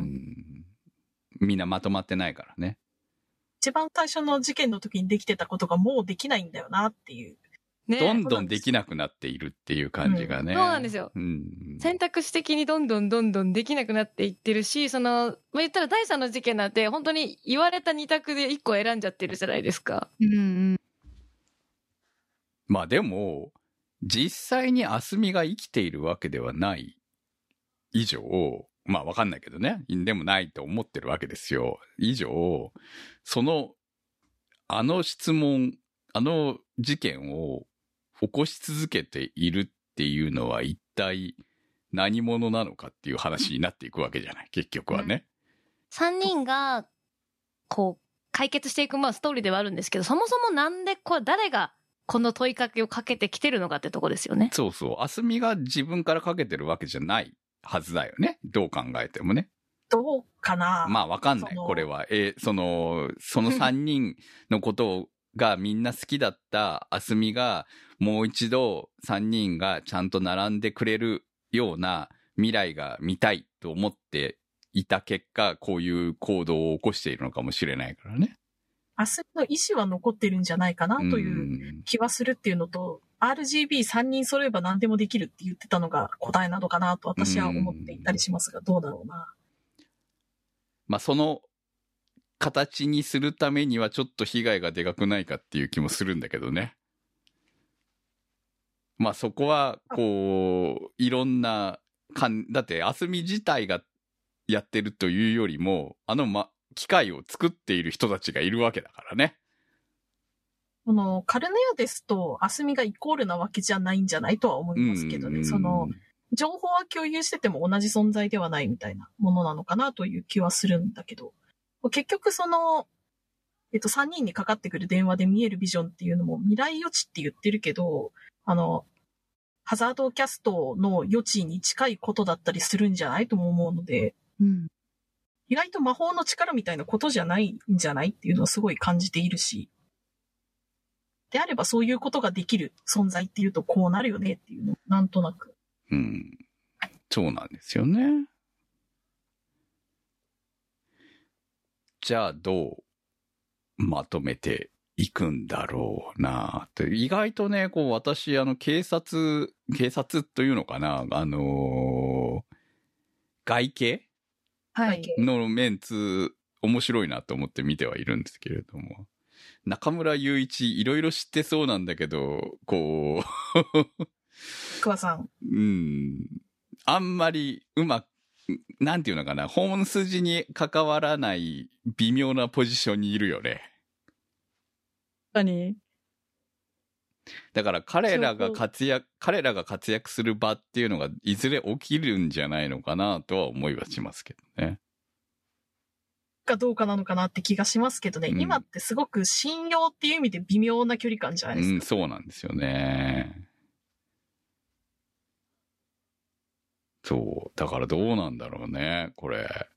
みんなまとまってないからね。 一番最初の事件の時にできてたことがもうできないんだよなっていう。 ね、どんどんできなくなっているっていう感じがね。 うん、そうなんですよ、 うん。 選択肢的にどんどんどんどんできなくなっていってるし、その、まあ、言ったら第三の事件なんて本当に言われた二択で一個選んじゃってるじゃないですか。 うんうん。 まあでも、実際にあすみが生きているわけではない以上、まあわかんないけどね。でもないと思ってるわけですよ。以上、その、あの質問、あの事件を起こし続けているっていうのは一体何者なのかっていう話になっていくわけじゃない。結局はね。 さんにんが、こう、解決していく、まあストーリーではあるんですけど、そもそもなんでこれ、誰がこの問いかけをかけてきてるのかってとこですよね。 そうそう。あすみが自分からかけてるわけじゃないはずだよね。どう考えてもね。 どうかな。 まあわかんない。これは。えー、その、そのさんにんのことをがみんな好きだったあすみがもう一度さんにんがちゃんと並んでくれるような未来が見たいと思っていた結果、こういう行動を起こしているのかもしれないからね。 アスミの意思は残ってるんじゃないかなという気はするっていうのと、アールジービーさん 人揃えば何でもできるって言ってたのが答えなのかなと私は思っていたりしますが、どうだろうな。 まあその形にするためにはちょっと被害がでかくないかっていう気もするんだけどね。まあそこはこういろんなかんだってあすみ自体がやってるというよりもあのま機械を作っている人たちがいるわけだからね。 このカルネアですとアスミがイコールなわけじゃないんじゃないとは思いますけどね。その情報は共有してても同じ存在ではないみたいなものなのかなという気はするんだけど、結局その、えっと、さんにんにかかってくる電話で見えるビジョンっていうのも未来予知って言ってるけど、あの、ハザードキャストの予知に近いことだったりするんじゃないとも思うので、 うん、 意外と魔法の力みたいなことじゃないんじゃないっていうのはすごい感じているし、であればそういうことができる存在っていうとこうなるよねっていうのをなんとなく。 うん。そうなんですよね。じゃあどうまとめていくんだろうなって。意外とね、こう私、あの、警察、警察というのかな、あのー、外形はい。 のメンツ、面白いなと思って見てはいるんですけれども。中村雄一、いろいろ知ってそうなんだけど、こう、 桑さん。 うん、あんまりうまく、なんていうのかな、本筋に関わらない微妙なポジションにいるよね。 何？ だから彼らが活躍、彼らが活躍する場っていうのがいずれ起きるんじゃないのかなとは思いはしますけどね。 かどうかなのかなって気がしますけどね、うん、今ってすごく信用っていう意味で微妙な距離感じゃないですか。 うん、そうなんですよね。そう。だからどうなんだろうね、これ。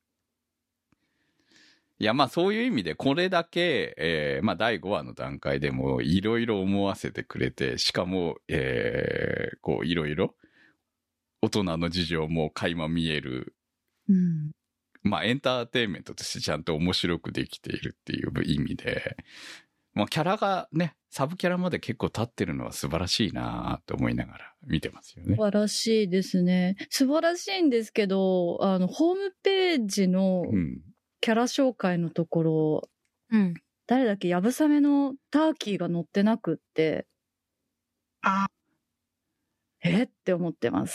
いや、まあそういう意味でこれだけ、えー、まあだいごわの段階でもいろいろ思わせてくれて、しかも、えー、こういろいろ大人の事情も垣間見える。 うん。 まあエンターテインメントとしてちゃんと面白くできているっていう意味で、まあキャラがね、サブキャラまで結構立ってるのは素晴らしいなと思いながら見てますよね。 素晴らしいですね。素晴らしいんですけど、あの、ホームページのキャラ紹介のところ、 うん、 誰だっけ、やぶさめのターキーが載ってなくって、 あえって思ってます。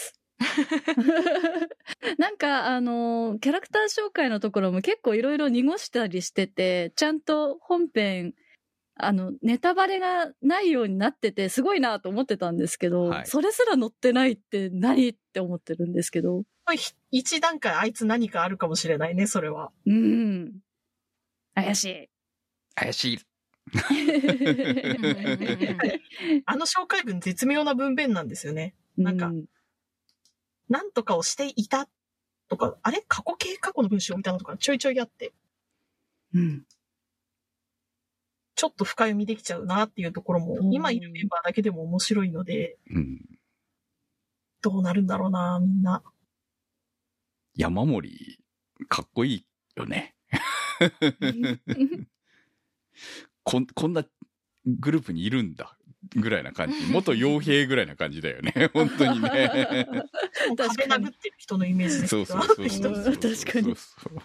なんかあのキャラクター紹介のところも結構いろいろ濁したりしてて、ちゃんと本編あのネタバレがないようになっててすごいなと思ってたんですけど、はい、それすら載ってないって何って思ってるんですけど、 一段階あいつ何かあるかもしれないね、それは。 うん、怪しい怪しいあの紹介文絶妙な文面なんですよね。なんか、うんなんとかをしていたとか、あれ過去形過去の文章みたいなのとかちょいちょいあって、 うん、 ちょっと深読みできちゃうなっていうところも、今いるメンバーだけでも面白いので、 うん、 どうなるんだろうな、みんな。 山森、かっこいいよね。こん、こんなグループにいるんだ。ぐらいな感じ。元傭兵ぐらいな感じだよね。本当にね。 壁殴ってる人のイメージですそうそうそうそう。 確かに。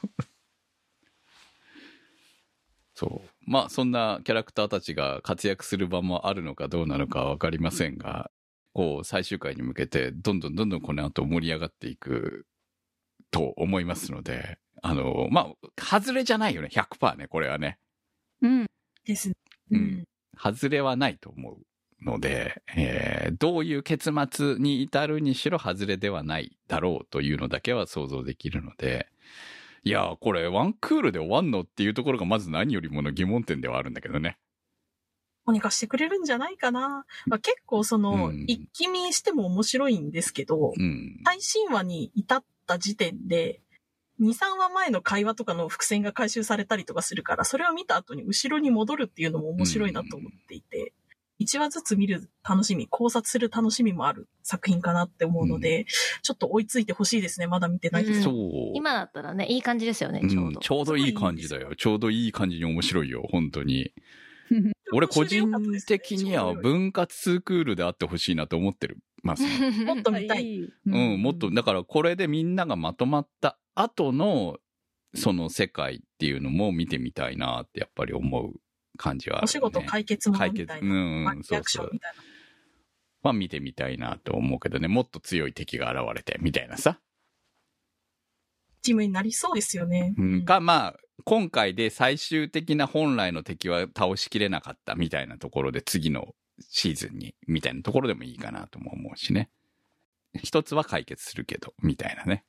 そう。まあ、そんなキャラクターたちが活躍する場もあるのかどうなのかわかりませんが、こう、最終回に向けて、どんどんどんどんこの後盛り上がっていくと思いますので、あの、まあ、外れじゃないよね。ひゃくパーセント ね、これはね。 うん。 ですね。 うん。外れはないと思うので、えー、どういう結末に至るにしろ外れではないだろうというのだけは想像できるので、いやーこれワンクールで終わんのっていうところがまず何よりもの疑問点ではあるんだけどね。 どうにかしてくれるんじゃないかな。まあ、結構その、うん、一気見しても面白いんですけど、 うん、 最新話に至った時点で、 に、さんわまえの会話とかの伏線が回収されたりとかするから、それを見た後に後ろに戻るっていうのも面白いなと思っていて、いちわずつ見る楽しみ、考察する楽しみもある作品かなって思うので、うん、ちょっと追いついてほしいですね。まだ見てないです。 そう。今だったらね、いい感じですよね、ちょうど。うん、 ちょうどいい感じだよ。ちょうどいい感じに面白いよ、本当に。俺個人的には分割ツークールであってほしいなと思ってるます、 ね。もっと見たい。 うん、もっと、だからこれでみんながまとまった後のその世界っていうのも見てみたいなってやっぱり思う感じはある、ね。 お仕事解決ものみたいな。 うんうん、そうそう。まあ見てみたいなと思うけどね、もっと強い敵が現れてみたいなさ。 チームになりそうですよね。 うん、か、まあ、今回で最終的な本来の敵は倒しきれなかったみたいなところで次のシーズンにみたいなところでもいいかなとも思うしね。一つは解決するけどみたいなね。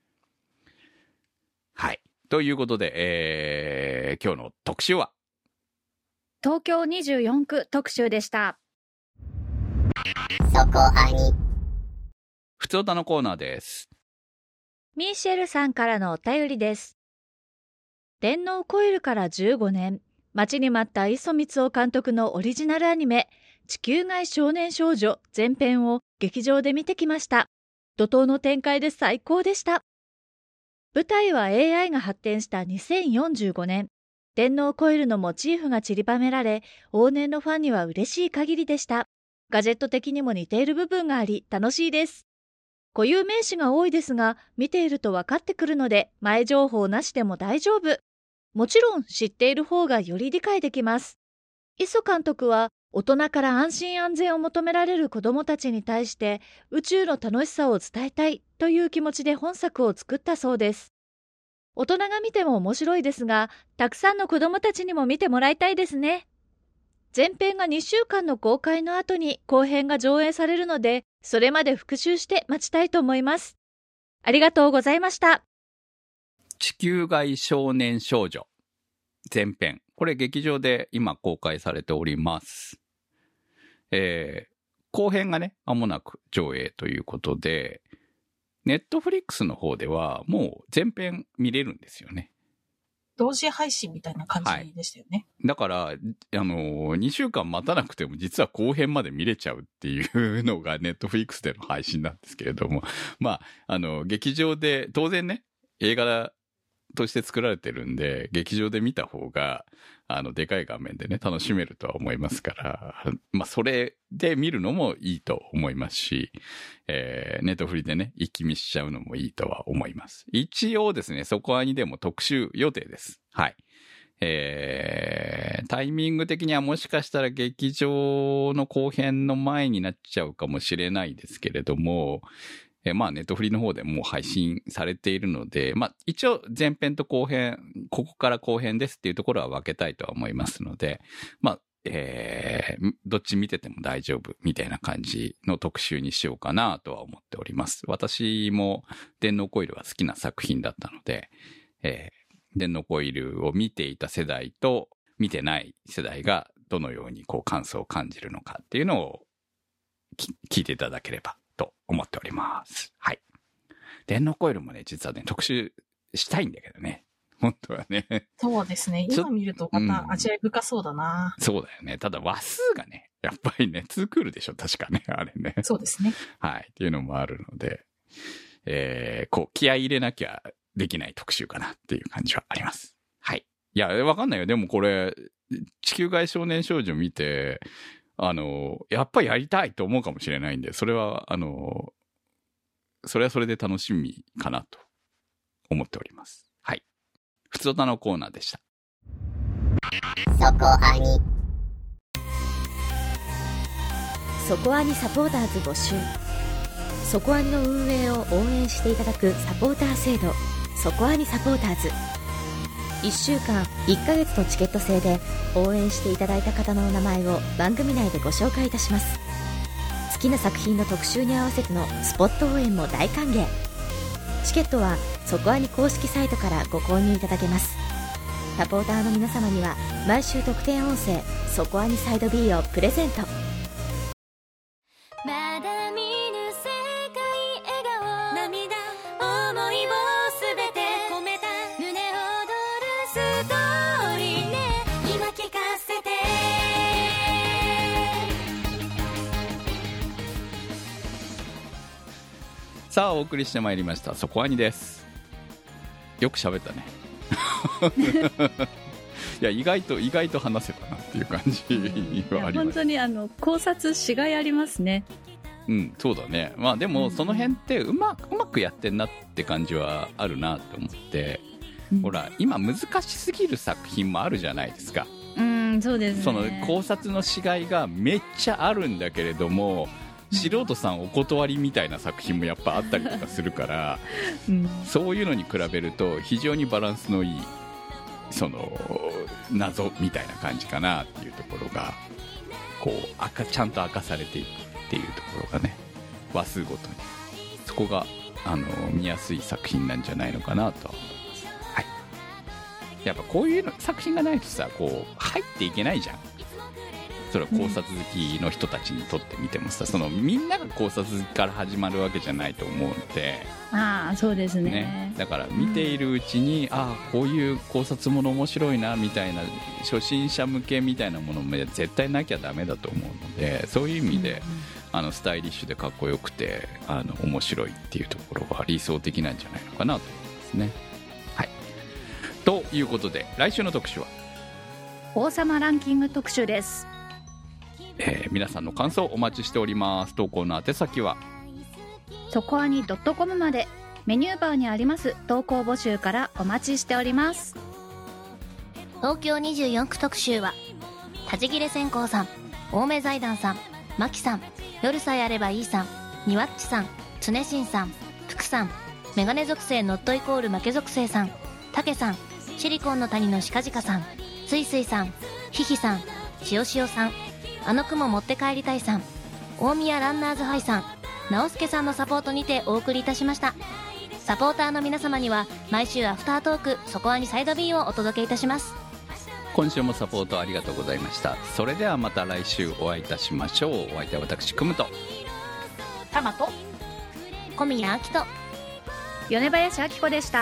はい。ということで、えー、今日の特集は東京にじゅうよんく特集でした。 そこアニ。 ふつおたのコーナーです。 ミーシェルさんからのお便りです。電脳コイルからじゅうごねん、待ちに待った磯光雄監督のオリジナルアニメ、地球外少年少女前編を劇場で見てきました。怒涛の展開で最高でした。舞台は エーアイ が発展したにせんよんじゅうごねん。電脳コイルのモチーフが散りばめられ、往年のファンには嬉しい限りでした。ガジェット的にも似ている部分があり、楽しいです。固有名詞が多いですが、見ていると分かってくるので、前情報なしでも大丈夫。もちろん知っている方がより理解できます。磯監督は、大人から安心安全を求められる子どもたちに対して、宇宙の楽しさを伝えたいという気持ちで本作を作ったそうです。大人が見ても面白いですが、たくさんの子どもたちにも見てもらいたいですね。前編がにしゅうかんの公開の後に後編が上映されるので、それまで復習して待ちたいと思います。ありがとうございました。 地球外少年少女前編。これ劇場で今公開されております。えー、後編がね、間もなく上映ということで、ネットフリックスの方ではもう全編見れるんですよね。 同時配信みたいな感じでしたよね。 はい、だから、あの、にしゅうかん待たなくても実は後編まで見れちゃうっていうのがネットフリックスでの配信なんですけれども、まあ、あの、劇場で、当然ね、映画として作られてるんで、劇場で見た方が、あの、でかい画面でね、楽しめるとは思いますから、まあ、それで見るのもいいと思いますし、えー、ネットフリでね、一気見しちゃうのもいいとは思います。一応ですね、そこアニでも特集予定です。はい。えー、タイミング的にはもしかしたら劇場の後編の前になっちゃうかもしれないですけれども、えー、まあネットフリの方でもう配信されているので、まあ一応前編と後編、ここから後編ですっていうところは分けたいとは思いますので、まあ、えー、どっち見てても大丈夫みたいな感じの特集にしようかなとは思っております。私も電脳コイルは好きな作品だったので、えー、電脳コイルを見ていた世代と見てない世代がどのようにこう感想を感じるのかっていうのを聞いていただければと思っております。はい。電脳コイルもね、実はね、特集したいんだけどね。本当はね。 そうですね。今見るとまた味わい深そうだな、 うん。そうだよね。ただ話数がね、やっぱりね、ツークールでしょ、確かね、あれね。 そうですね。 はい。っていうのもあるので、えー、こう、気合い入れなきゃできない特集かなっていう感じはあります。はい。いや、わかんないよ。でもこれ、地球外少年少女見て、あの、やっぱりやりたいと思うかもしれないんで、それは、あの、それはそれで楽しみかなと思っております。はい。ふつおたのコーナーでした。 そこアニ。 そこアニサポーターズ募集。そこアニの運営を応援していただくサポーター制度、そこアニサポーターズ。いっしゅうかんいっかげつのチケット制で応援していただいた方のお名前を番組内でご紹介いたします。好きな作品の特集に合わせてのスポット応援も大歓迎。チケットはそこアニ公式サイトからご購入いただけます。サポーターの皆様には毎週特典音声そこアニサイド B をプレゼント。 まだ見ぬ世界笑顔涙思いをすべて込めストーリーね、今聞かせて。 さあお送りしてまいりましたそこアニです。よく喋ったねいや意外と意外と話せたなっていう感じはあります。 本当にあの考察しがいありますね。 うん、そうだね。まあでもその辺ってうまくうまくやってんなって感じはあるなと思って、うん、ほら今難しすぎる作品もあるじゃないですか。 うん、そうですね。 その考察のしがいがめっちゃあるんだけれども、素人さんお断りみたいな作品もやっぱあったりとかするから、うん、そういうのに比べると非常にバランスのいいその謎みたいな感じかなっていうところがこう赤ちゃんと明かされていくっていうところがね、話数ごとにそこがあの見やすい作品なんじゃないのかなとは思います。はい、やっぱこういうの作品がないとさこう入っていけないじゃん。それは考察好きの人たちにとってみてもさ、そのみんなが考察好きから始まるわけじゃないと思うので、 ああそうですね。 ね、だから見ているうちに、うん、ああこういう考察もの面白いなみたいな初心者向けみたいなものも絶対なきゃダメだと思うので、そういう意味で、うん、あのスタイリッシュでかっこよくてあの面白いっていうところが理想的なんじゃないのかなと思いますね。はい、ということで来週の特集は王様ランキング特集です。 えー、皆さんの感想お待ちしております。投稿の宛先はそこアニ .com まで。メニューバーにあります投稿募集からお待ちしております。 東京にじゅうよん区特集は立ち切れ線香さん、青梅財団さん、マキさん、夜さえあればいいさん、ニワッチさん、常新さん、福さん、メガネ属性ノットイコール負け属性さん、タケさん、シリコンの谷のシカジカさん、スイスイさん、ヒヒさん、しおしおさん、あの雲持って帰りたいさん、大宮ランナーズハイさん、直輔さんのサポートにてお送りいたしました。サポーターの皆様には毎週アフタートークそこアニサイド B をお届けいたします。 今週もサポートありがとうございました。それではまた来週お会いいたしましょう。お相手は私クムとタマと小宮明と米林明子でした。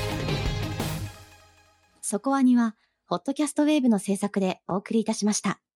そこアニは、ホットキャストウェーブの制作でお送りいたしました。